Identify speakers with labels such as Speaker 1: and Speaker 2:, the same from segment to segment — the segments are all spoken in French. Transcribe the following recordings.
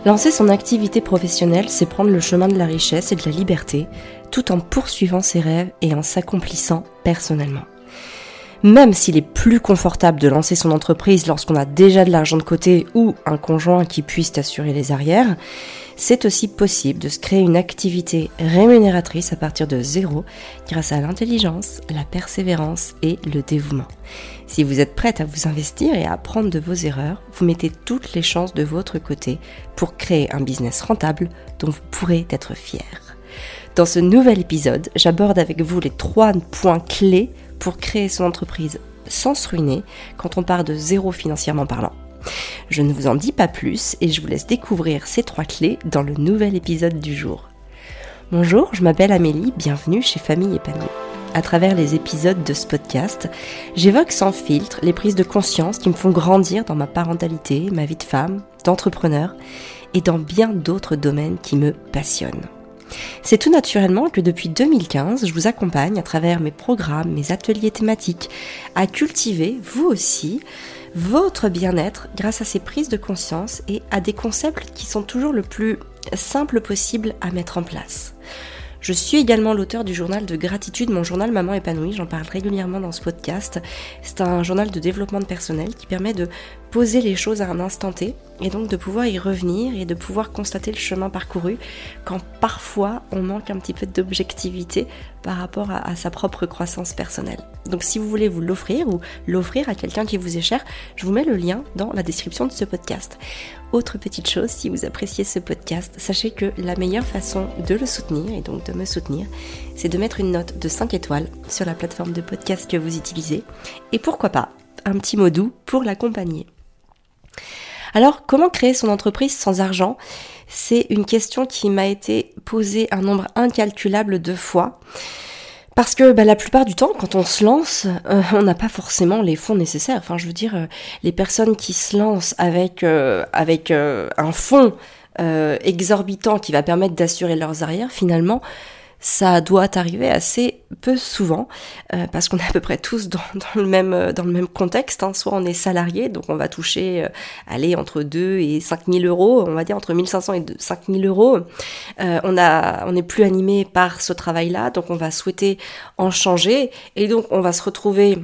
Speaker 1: Lancer son activité professionnelle, c'est prendre le chemin de la richesse et de la liberté, tout en poursuivant ses rêves et en s'accomplissant personnellement. Même s'il est plus confortable de lancer son entreprise lorsqu'on a déjà de l'argent de côté ou un conjoint qui puisse assurer les arrières, c'est aussi possible de se créer une activité rémunératrice à partir de zéro grâce à l'intelligence, la persévérance et le dévouement. Si vous êtes prête à vous investir et à apprendre de vos erreurs, vous mettez toutes les chances de votre côté pour créer un business rentable dont vous pourrez être fier. Dans ce nouvel épisode, j'aborde avec vous les 3 points clés pour créer son entreprise sans se ruiner quand on part de zéro financièrement parlant. Je ne vous en dis pas plus et je vous laisse découvrir ces 3 clés dans le nouvel épisode du jour. Bonjour, je m'appelle Amélie, bienvenue chez Famille Épanouie. À travers les épisodes de ce podcast, j'évoque sans filtre les prises de conscience qui me font grandir dans ma parentalité, ma vie de femme, d'entrepreneur et dans bien d'autres domaines qui me passionnent. C'est tout naturellement que depuis 2015, je vous accompagne à travers mes programmes, mes ateliers thématiques, à cultiver, vous aussi, votre bien-être grâce à ces prises de conscience et à des concepts qui sont toujours le plus simple possible à mettre en place. Je suis également l'auteur du journal de gratitude, mon journal Maman Épanouie, j'en parle régulièrement dans ce podcast. C'est un journal de développement personnel qui permet de poser les choses à un instant T et donc de pouvoir y revenir et de pouvoir constater le chemin parcouru quand parfois on manque un petit peu d'objectivité par rapport à sa propre croissance personnelle. Donc si vous voulez vous l'offrir ou l'offrir à quelqu'un qui vous est cher, je vous mets le lien dans la description de ce podcast. Autre petite chose, si vous appréciez ce podcast, sachez que la meilleure façon de le soutenir et donc de me soutenir, c'est de mettre une note de 5 étoiles sur la plateforme de podcast que vous utilisez et pourquoi pas un petit mot doux pour l'accompagner. Alors, comment créer son entreprise sans argent ? C'est une question qui m'a été posée un nombre incalculable de fois. Parce que la plupart du temps, quand on se lance, on n'a pas forcément les fonds nécessaires. Enfin, je veux dire, les personnes qui se lancent avec un fonds exorbitant qui va permettre d'assurer leurs arrières, finalement, ça doit arriver assez peu souvent parce qu'on est à peu près tous dans le même contexte. Hein. Soit on est salarié, donc on va toucher entre 2 et 5 000 euros, on va dire entre 1 500 et 5 000 euros. On n'est plus animé par ce travail-là, donc on va souhaiter en changer et donc on va se retrouver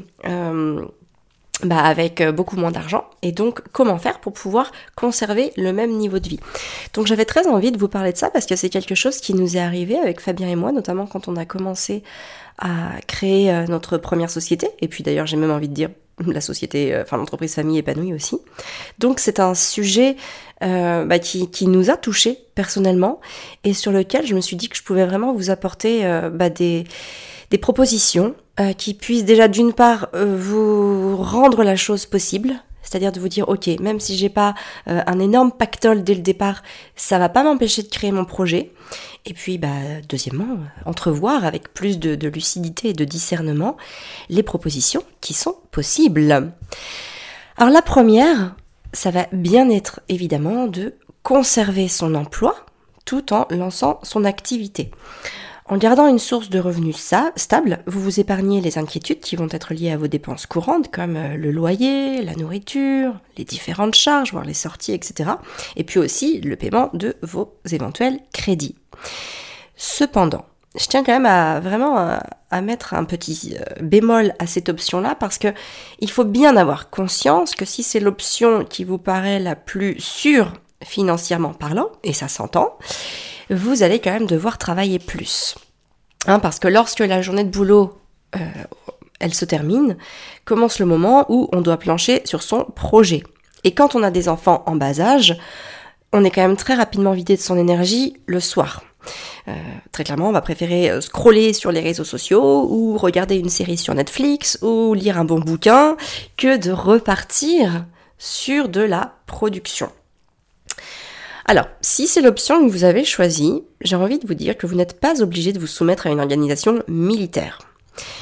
Speaker 1: avec beaucoup moins d'argent et donc comment faire pour pouvoir conserver le même niveau de vie. Donc j'avais très envie de vous parler de ça parce que c'est quelque chose qui nous est arrivé avec Fabien et moi, notamment quand on a commencé à créer notre première société et puis d'ailleurs j'ai même envie de dire la société, l'entreprise Famille Épanouie aussi. Donc c'est un sujet qui nous a touchés personnellement et sur lequel je me suis dit que je pouvais vraiment vous apporter des propositions qui puissent déjà d'une part vous rendre la chose possible, c'est-à-dire de vous dire ok, même si j'ai pas un énorme pactole dès le départ, ça va pas m'empêcher de créer mon projet. Et puis deuxièmement, entrevoir avec plus de lucidité et de discernement les propositions qui sont possibles. Alors la première, ça va bien être évidemment de conserver son emploi tout en lançant son activité. En gardant une source de revenus stable, vous vous épargnez les inquiétudes qui vont être liées à vos dépenses courantes comme le loyer, la nourriture, les différentes charges, voire les sorties, etc. Et puis aussi le paiement de vos éventuels crédits. Cependant, je tiens quand même à mettre un petit bémol à cette option-là parce que il faut bien avoir conscience que si c'est l'option qui vous paraît la plus sûre financièrement parlant, et ça s'entend, vous allez quand même devoir travailler plus. Parce que lorsque la journée de boulot, elle se termine, commence le moment où on doit plancher sur son projet. Et quand on a des enfants en bas âge, on est quand même très rapidement vidé de son énergie le soir. Très clairement, on va préférer scroller sur les réseaux sociaux ou regarder une série sur Netflix ou lire un bon bouquin que de repartir sur de la production. Alors, si c'est l'option que vous avez choisie, j'ai envie de vous dire que vous n'êtes pas obligé de vous soumettre à une organisation militaire.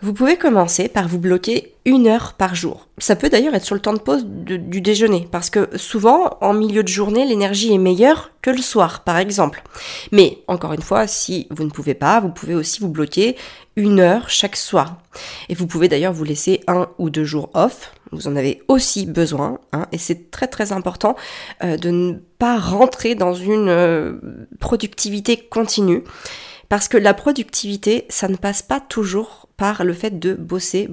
Speaker 1: Vous pouvez commencer par vous bloquer 1 heure par jour. Ça peut d'ailleurs être sur le temps de pause du déjeuner, parce que souvent, en milieu de journée, l'énergie est meilleure que le soir, par exemple. Mais, encore une fois, si vous ne pouvez pas, vous pouvez aussi vous bloquer 1 heure chaque soir. Et vous pouvez d'ailleurs vous laisser 1 ou 2 jours off. Vous en avez aussi besoin, et c'est très très important de ne pas rentrer dans une productivité continue. Parce que la productivité, ça ne passe pas toujours par le fait de bosser.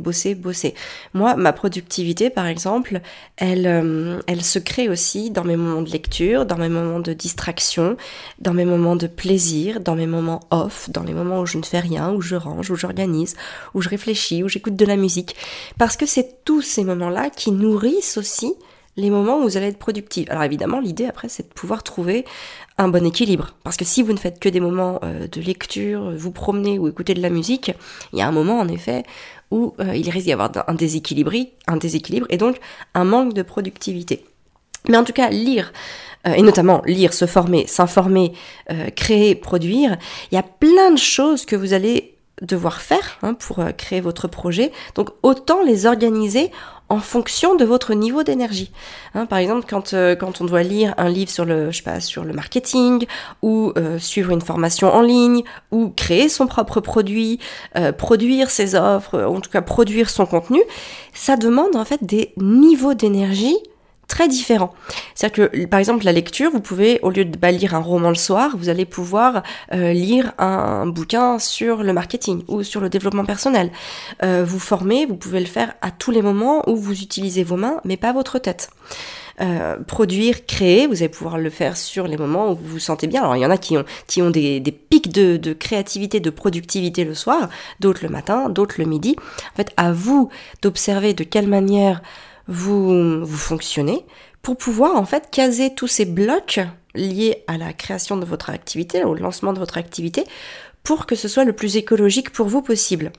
Speaker 1: Moi, ma productivité, par exemple, elle se crée aussi dans mes moments de lecture, dans mes moments de distraction, dans mes moments de plaisir, dans mes moments off, dans les moments où je ne fais rien, où je range, où j'organise, où je réfléchis, où j'écoute de la musique. Parce que c'est tous ces moments-là qui nourrissent aussi les moments où vous allez être productif. Alors évidemment, l'idée après, c'est de pouvoir trouver un bon équilibre. Parce que si vous ne faites que des moments de lecture, vous promenez ou écoutez de la musique, il y a un moment en effet où il risque d'y avoir un déséquilibre et donc un manque de productivité. Mais en tout cas, lire, et notamment lire, se former, s'informer, créer, produire, il y a plein de choses que vous allez devoir faire pour créer votre projet. Donc autant les organiser en fonction de votre niveau d'énergie. Par exemple, quand on doit lire un livre sur le marketing, ou suivre une formation en ligne, ou créer son propre produit, produire ses offres, en tout cas produire son contenu, ça demande en fait des niveaux d'énergie très différents. C'est-à-dire que, par exemple, la lecture, vous pouvez, au lieu de lire un roman le soir, vous allez pouvoir lire un bouquin sur le marketing ou sur le développement personnel. Vous former, vous pouvez le faire à tous les moments où vous utilisez vos mains, mais pas votre tête. Produire, créer, vous allez pouvoir le faire sur les moments où vous vous sentez bien. Alors il y en a qui ont des pics de créativité, de productivité le soir, d'autres le matin, d'autres le midi. En fait, à vous d'observer de quelle manière vous fonctionnez pour pouvoir en fait caser tous ces blocs liés à la création de votre activité, au lancement de votre activité, pour que ce soit le plus écologique pour vous possible.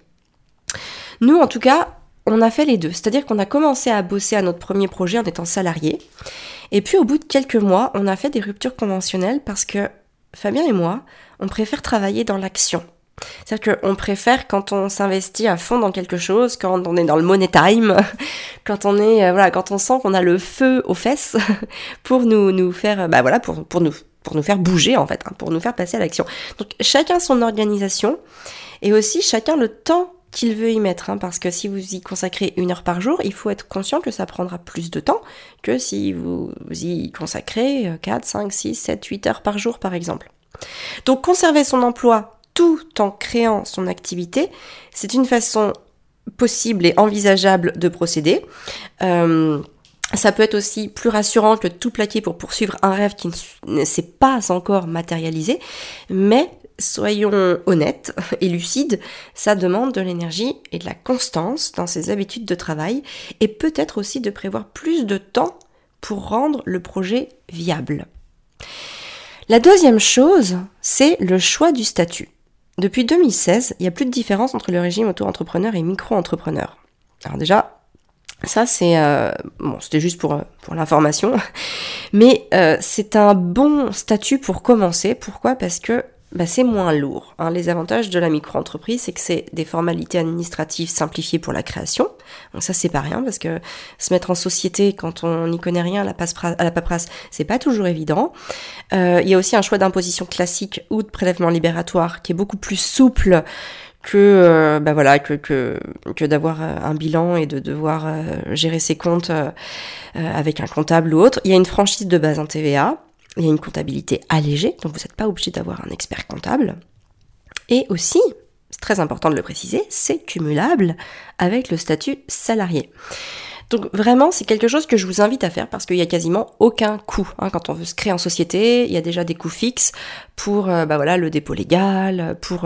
Speaker 1: Nous, en tout cas, on a fait les deux, c'est-à-dire qu'on a commencé à bosser à notre premier projet en étant salarié, et puis au bout de quelques mois, on a fait des ruptures conventionnelles parce que Fabien et moi, on préfère travailler dans l'action. C'est-à-dire qu'on préfère quand on s'investit à fond dans quelque chose, quand on est dans le money time, quand on est quand on sent qu'on a le feu aux fesses pour nous faire pour nous faire bouger en fait, pour nous faire passer à l'action. Donc chacun son organisation et aussi chacun le temps qu'il veut y mettre, parce que si vous y consacrez 1 heure par jour, il faut être conscient que ça prendra plus de temps que si vous y consacrez 4, 5, 6, 7, 8 heures par jour par exemple. Donc conserver son emploi tout en créant son activité, c'est une façon possible et envisageable de procéder. Ça peut être aussi plus rassurant que de tout plaquer pour poursuivre un rêve qui ne s'est pas encore matérialisé, mais soyons honnêtes et lucides, ça demande de l'énergie et de la constance dans ses habitudes de travail, et peut-être aussi de prévoir plus de temps pour rendre le projet viable. La deuxième chose, c'est le choix du statut. Depuis 2016, il n'y a plus de différence entre le régime auto-entrepreneur et micro-entrepreneur. Alors déjà, ça c'est... c'était juste pour l'information, mais c'est un bon statut pour commencer. Pourquoi ? Parce que c'est moins lourd. Les avantages de la micro-entreprise, c'est que c'est des formalités administratives simplifiées pour la création. Donc ça, c'est pas rien, parce que se mettre en société quand on n'y connaît rien à la paperasse, c'est pas toujours évident. Il y a aussi un choix d'imposition classique ou de prélèvement libératoire qui est beaucoup plus souple que d'avoir un bilan et de devoir gérer ses comptes avec un comptable ou autre. Il y a une franchise de base en TVA. Il y a une comptabilité allégée, donc vous n'êtes pas obligé d'avoir un expert comptable. Et aussi, c'est très important de le préciser, c'est cumulable avec le statut salarié. Donc vraiment, c'est quelque chose que je vous invite à faire parce qu'il y a quasiment aucun coût. Quand on veut se créer en société, il y a déjà des coûts fixes pour le dépôt légal, pour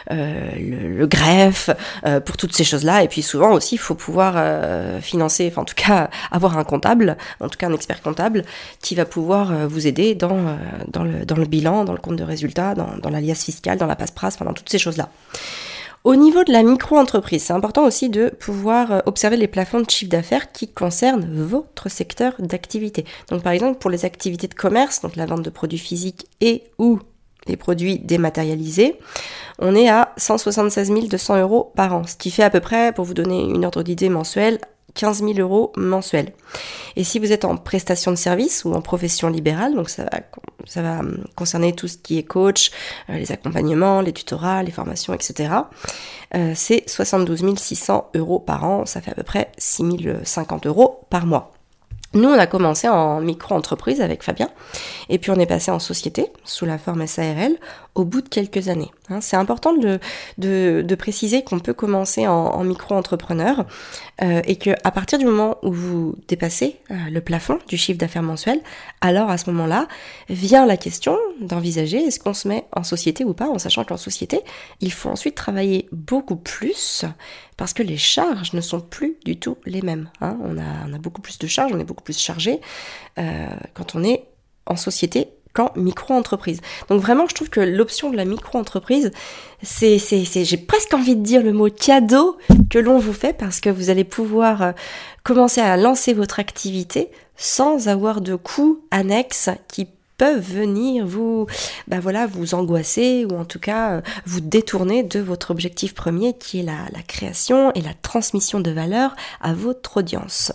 Speaker 1: le greffe, pour toutes ces choses-là. Et puis souvent aussi, il faut pouvoir financer, enfin en tout cas avoir un comptable, en tout cas un expert comptable, qui va pouvoir vous aider dans le bilan, dans le compte de résultat, dans l'alias fiscal, dans la passe-pras, dans toutes ces choses-là. Au niveau de la micro-entreprise, c'est important aussi de pouvoir observer les plafonds de chiffre d'affaires qui concernent votre secteur d'activité. Donc par exemple, pour les activités de commerce, donc la vente de produits physiques et ou les produits dématérialisés, on est à 176 200 € par an, ce qui fait à peu près, pour vous donner une ordre d'idée mensuelle, 15 000 € mensuels. Et si vous êtes en prestation de service ou en profession libérale, donc ça va concerner tout ce qui est coach, les accompagnements, les tutorats, les formations, etc. C'est 72 600 € par an, ça fait à peu près 6 050 € par mois. Nous, on a commencé en micro-entreprise avec Fabien, et puis on est passé en société, sous la forme SARL, au bout de quelques années. C'est important de préciser qu'on peut commencer en micro-entrepreneur, et qu'à partir du moment où vous dépassez le plafond du chiffre d'affaires mensuel, alors à ce moment-là, vient la question d'envisager est-ce qu'on se met en société ou pas, en sachant qu'en société, il faut ensuite travailler beaucoup plus, parce que les charges ne sont plus du tout les mêmes. On a beaucoup plus de charges, on est beaucoup plus chargé quand on est en société qu'en micro-entreprise. Donc vraiment, je trouve que l'option de la micro-entreprise, c'est j'ai presque envie de dire le mot cadeau que l'on vous fait, parce que vous allez pouvoir commencer à lancer votre activité sans avoir de coûts annexes qui peuvent venir vous angoisser, ou en tout cas vous détourner de votre objectif premier, qui est la création et la transmission de valeur à votre audience.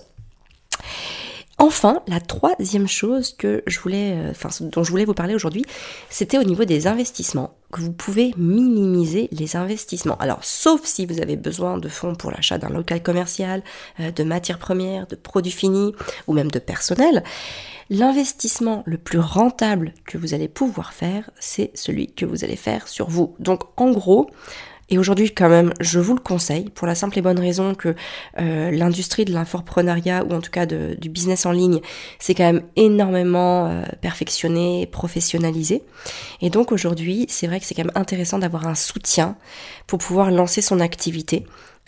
Speaker 1: Enfin, la troisième chose dont je voulais vous parler aujourd'hui, c'était au niveau des investissements, que vous pouvez minimiser les investissements. Alors, sauf si vous avez besoin de fonds pour l'achat d'un local commercial, de matières premières, de produits finis, ou même de personnel, l'investissement le plus rentable que vous allez pouvoir faire, c'est celui que vous allez faire sur vous. Donc, en gros, et aujourd'hui, quand même, je vous le conseille, pour la simple et bonne raison que l'industrie de l'infopreneuriat, ou en tout cas du business en ligne, c'est quand même énormément perfectionné, professionnalisé. Et donc aujourd'hui, c'est vrai que c'est quand même intéressant d'avoir un soutien pour pouvoir lancer son activité,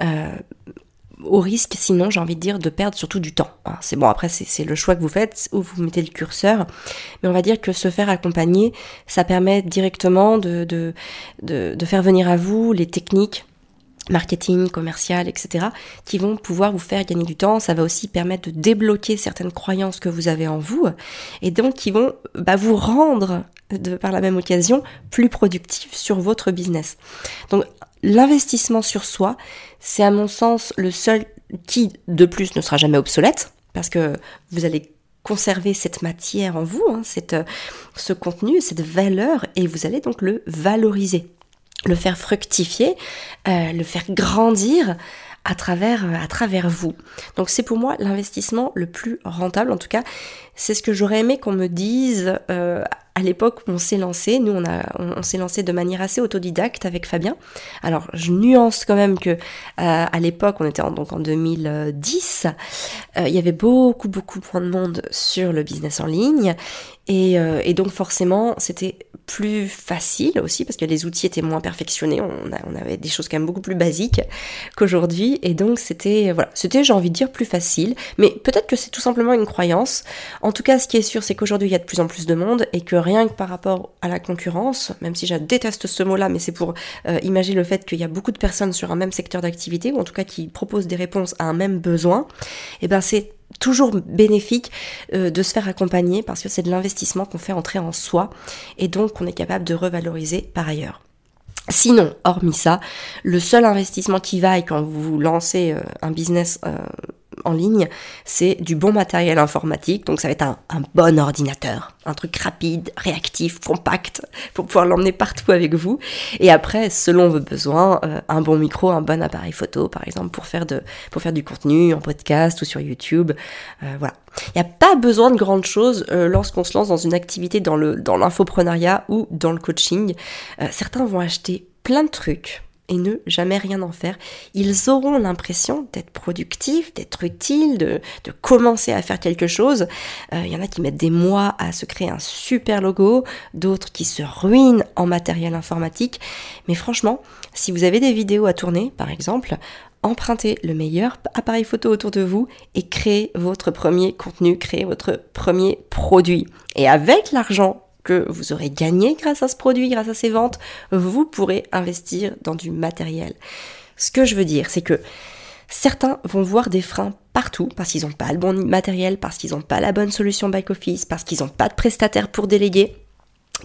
Speaker 1: au risque, sinon, j'ai envie de dire, de perdre surtout du temps. C'est bon, après, c'est le choix que vous faites, où vous mettez le curseur, mais on va dire que se faire accompagner, ça permet directement de faire venir à vous les techniques marketing, commercial, etc., qui vont pouvoir vous faire gagner du temps. Ça va aussi permettre de débloquer certaines croyances que vous avez en vous, et donc qui vont vous rendre, par la même occasion, plus productif sur votre business. Donc, l'investissement sur soi, c'est à mon sens le seul qui, de plus, ne sera jamais obsolète, parce que vous allez conserver cette matière en vous, ce contenu, cette valeur, et vous allez donc le valoriser, le faire fructifier, le faire grandir à travers vous. Donc c'est pour moi l'investissement le plus rentable. En tout cas, c'est ce que j'aurais aimé qu'on me dise à l'époque où on s'est lancé. Nous, on s'est lancé de manière assez autodidacte avec Fabien. Alors, je nuance quand même que à l'époque, on était en 2010, il y avait beaucoup moins de monde sur le business en ligne. Et donc forcément, c'était plus facile aussi, parce que les outils étaient moins perfectionnés, on avait des choses quand même beaucoup plus basiques qu'aujourd'hui, et donc c'était, j'ai envie de dire, plus facile, mais peut-être que c'est tout simplement une croyance. En tout cas, ce qui est sûr, c'est qu'aujourd'hui, il y a de plus en plus de monde, et que rien que par rapport à la concurrence, même si je déteste ce mot-là, mais c'est pour imaginer le fait qu'il y a beaucoup de personnes sur un même secteur d'activité, ou en tout cas qui proposent des réponses à un même besoin, et ben c'est toujours bénéfique de se faire accompagner, parce que c'est de l'investissement qu'on fait entrer en soi, et donc on est capable de revaloriser par ailleurs. Sinon, hormis ça, le seul investissement qui vaille quand vous lancez un business en ligne, c'est du bon matériel informatique. Donc ça va être un bon ordinateur, un truc rapide, réactif, compact, pour pouvoir l'emmener partout avec vous. Et après, selon vos besoins, un bon micro, un bon appareil photo, par exemple, pour faire du contenu en podcast ou sur YouTube. Voilà. Il n'y a pas besoin de grandes choses lorsqu'on se lance dans une activité dans l'infopreneuriat ou dans le coaching. Certains vont acheter plein de trucs et ne jamais rien en faire. Ils auront l'impression d'être productifs, d'être utiles, de commencer à faire quelque chose. Il y en a qui mettent des mois à se créer un super logo, d'autres qui se ruinent en matériel informatique. Mais franchement, si vous avez des vidéos à tourner, par exemple, empruntez le meilleur appareil photo autour de vous et créez votre premier contenu, créez votre premier produit. Et avec l'argent que vous aurez gagné grâce à ce produit, grâce à ces ventes, vous pourrez investir dans du matériel. Ce que je veux dire, c'est que certains vont voir des freins partout parce qu'ils n'ont pas le bon matériel, parce qu'ils n'ont pas la bonne solution back-office, parce qu'ils n'ont pas de prestataire pour déléguer.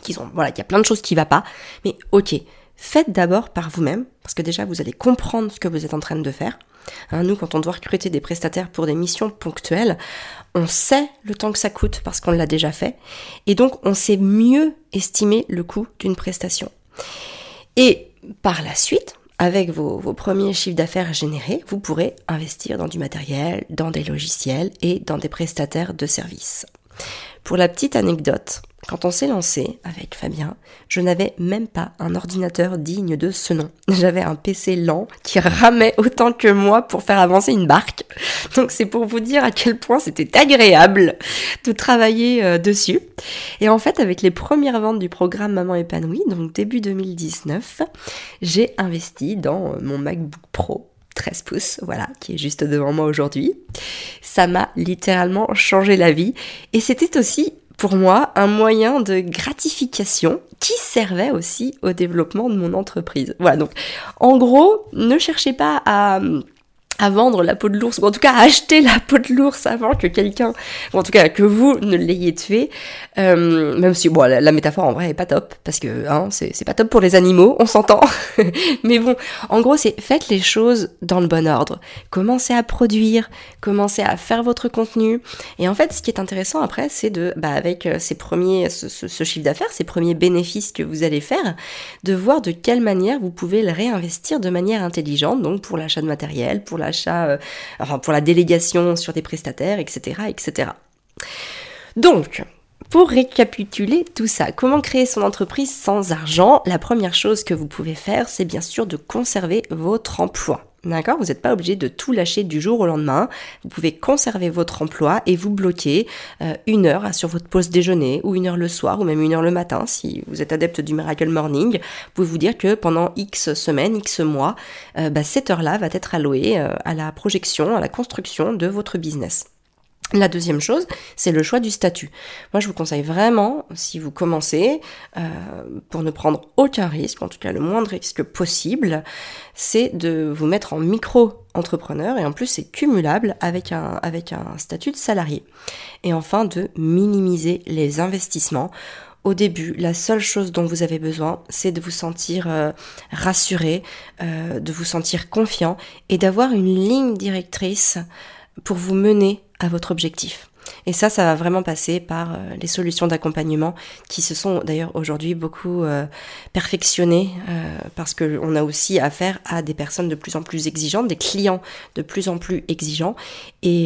Speaker 1: qu'il y a plein de choses qui ne vont pas, mais ok, faites d'abord par vous-même, parce que déjà vous allez comprendre ce que vous êtes en train de faire. Nous, quand on doit recruter des prestataires pour des missions ponctuelles, on sait le temps que ça coûte parce qu'on l'a déjà fait, et donc on sait mieux estimer le coût d'une prestation. Et par la suite, avec vos premiers chiffres d'affaires générés, vous pourrez investir dans du matériel, dans des logiciels et dans des prestataires de services. Pour la petite anecdote, quand on s'est lancé avec Fabien, je n'avais même pas un ordinateur digne de ce nom. J'avais un PC lent qui ramait autant que moi pour faire avancer une barque. Donc c'est pour vous dire à quel point c'était agréable de travailler dessus. Et en fait, avec les premières ventes du programme Maman épanouie, donc début 2019, j'ai investi dans mon MacBook Pro 13 pouces, voilà, qui est juste devant moi aujourd'hui. Ça m'a littéralement changé la vie. Et c'était aussi, pour moi, un moyen de gratification qui servait aussi au développement de mon entreprise. Voilà, donc en gros, ne cherchez pas à vendre la peau de l'ours, ou en tout cas à acheter la peau de l'ours avant que quelqu'un, ou en tout cas que vous ne l'ayez tué, même si bon, la métaphore en vrai est pas top, parce que c'est pas top pour les animaux, on s'entend, mais bon, en gros c'est faites les choses dans le bon ordre, commencez à produire, commencez à faire votre contenu, et en fait ce qui est intéressant après c'est de, avec ce chiffre d'affaires, ces premiers bénéfices que vous allez faire, de voir de quelle manière vous pouvez le réinvestir de manière intelligente, donc pour l'achat de matériel, pour pour la délégation sur des prestataires, etc., etc. Donc, pour récapituler tout ça, comment créer son entreprise sans argent? La première chose que vous pouvez faire, c'est bien sûr de conserver votre emploi. D'accord ? Vous n'êtes pas obligé de tout lâcher du jour au lendemain. Vous pouvez conserver votre emploi et vous bloquer 1 heure sur votre pause déjeuner ou 1 heure le soir ou même 1 heure le matin. Si vous êtes adepte du Miracle Morning, vous pouvez vous dire que pendant X semaines, X mois, cette heure-là va être allouée à la projection, à la construction de votre business. La deuxième chose, c'est le choix du statut. Moi, je vous conseille vraiment, si vous commencez, pour ne prendre aucun risque, en tout cas le moindre risque possible, c'est de vous mettre en micro-entrepreneur, et en plus c'est cumulable avec un statut de salarié. Et enfin, de minimiser les investissements. Au début, la seule chose dont vous avez besoin, c'est de vous sentir rassuré, de vous sentir confiant, et d'avoir une ligne directrice pour vous mener à votre objectif. Et ça va vraiment passer par les solutions d'accompagnement qui se sont d'ailleurs aujourd'hui beaucoup perfectionnées parce qu'on a aussi affaire à des personnes de plus en plus exigeantes, des clients de plus en plus exigeants, et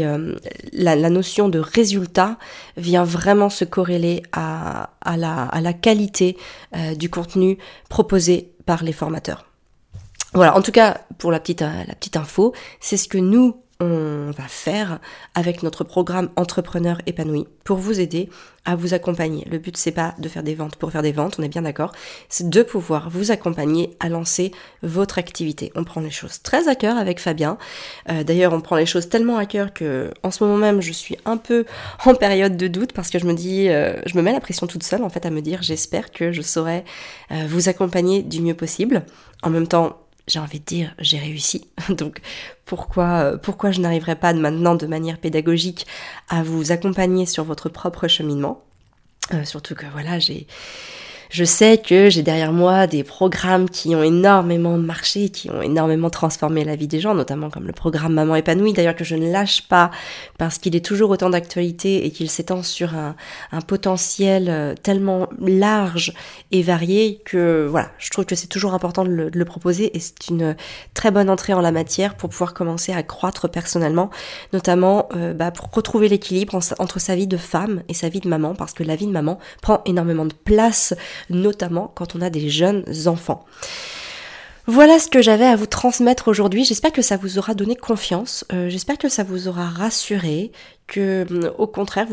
Speaker 1: la notion de résultat vient vraiment se corréler à la qualité du contenu proposé par les formateurs. Voilà, en tout cas, pour la petite info, c'est ce que nous on va faire avec notre programme Entrepreneur épanoui pour vous aider à vous accompagner. Le but, c'est pas de faire des ventes pour faire des ventes, on est bien d'accord, c'est de pouvoir vous accompagner à lancer votre activité. On prend les choses très à cœur avec Fabien. D'ailleurs, on prend les choses tellement à cœur que en ce moment même, je suis un peu en période de doute parce que je me dis, je me mets la pression toute seule en fait à me dire, j'espère que je saurai vous accompagner du mieux possible. En même temps, j'ai envie de dire, j'ai réussi. Donc, pourquoi je n'arriverais pas maintenant de manière pédagogique à vous accompagner sur votre propre cheminement ? Surtout que voilà, je sais que j'ai derrière moi des programmes qui ont énormément marché, qui ont énormément transformé la vie des gens, notamment comme le programme Maman épanouie, d'ailleurs que je ne lâche pas parce qu'il est toujours autant d'actualité et qu'il s'étend sur un potentiel tellement large et varié que voilà, je trouve que c'est toujours important de le proposer et c'est une très bonne entrée en la matière pour pouvoir commencer à croître personnellement, notamment pour retrouver l'équilibre entre sa vie de femme et sa vie de maman, parce que la vie de maman prend énormément de place, notamment quand on a des jeunes enfants. Voilà ce que j'avais à vous transmettre aujourd'hui. J'espère que ça vous aura donné confiance, j'espère que ça vous aura rassuré, que au contraire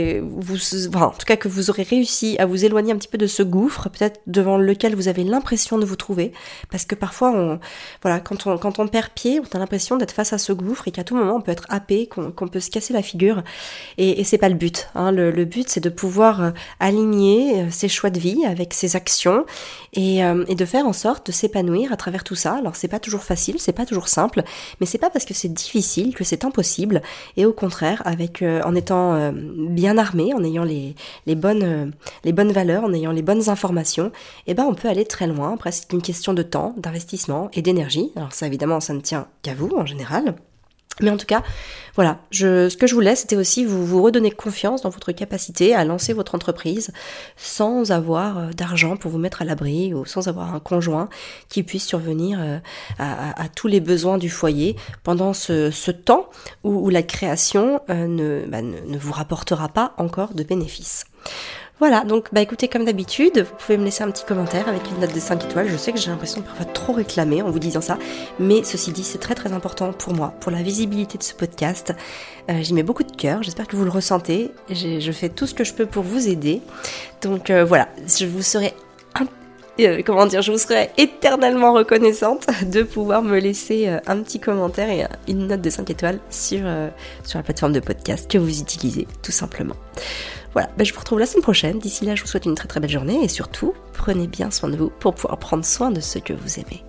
Speaker 1: en tout cas que vous aurez réussi à vous éloigner un petit peu de ce gouffre peut-être devant lequel vous avez l'impression de vous trouver, parce que parfois quand on perd pied, on a l'impression d'être face à ce gouffre et qu'à tout moment on peut être happé, qu'on peut se casser la figure, et c'est pas le but, hein. Le but c'est de pouvoir aligner ses choix de vie avec ses actions et de faire en sorte de s'épanouir à travers tout ça. Alors c'est pas toujours facile, c'est pas toujours simple, mais c'est pas parce que c'est difficile que c'est impossible, et au contraire avec en étant bien armé, en ayant les bonnes valeurs, en ayant les bonnes informations, on peut aller très loin. Après, c'est une question de temps, d'investissement et d'énergie. Alors ça, évidemment, ça ne tient qu'à vous en général. Mais en tout cas, voilà, ce que je voulais, c'était aussi vous redonner confiance dans votre capacité à lancer votre entreprise sans avoir d'argent pour vous mettre à l'abri ou sans avoir un conjoint qui puisse survenir à tous les besoins du foyer pendant ce temps où la création ne vous rapportera pas encore de bénéfices. Voilà, donc écoutez, comme d'habitude, vous pouvez me laisser un petit commentaire avec une note de 5 étoiles. Je sais que j'ai l'impression de parfois trop réclamer en vous disant ça, mais ceci dit, c'est très très important pour moi, pour la visibilité de ce podcast. J'y mets beaucoup de cœur, j'espère que vous le ressentez. Je fais tout ce que je peux pour vous aider. Donc voilà, je vous serai éternellement reconnaissante de pouvoir me laisser un petit commentaire et une note de 5 étoiles sur la plateforme de podcast que vous utilisez, tout simplement. Voilà, je vous retrouve la semaine prochaine. D'ici là, je vous souhaite une très très belle journée et surtout, prenez bien soin de vous pour pouvoir prendre soin de ceux que vous aimez.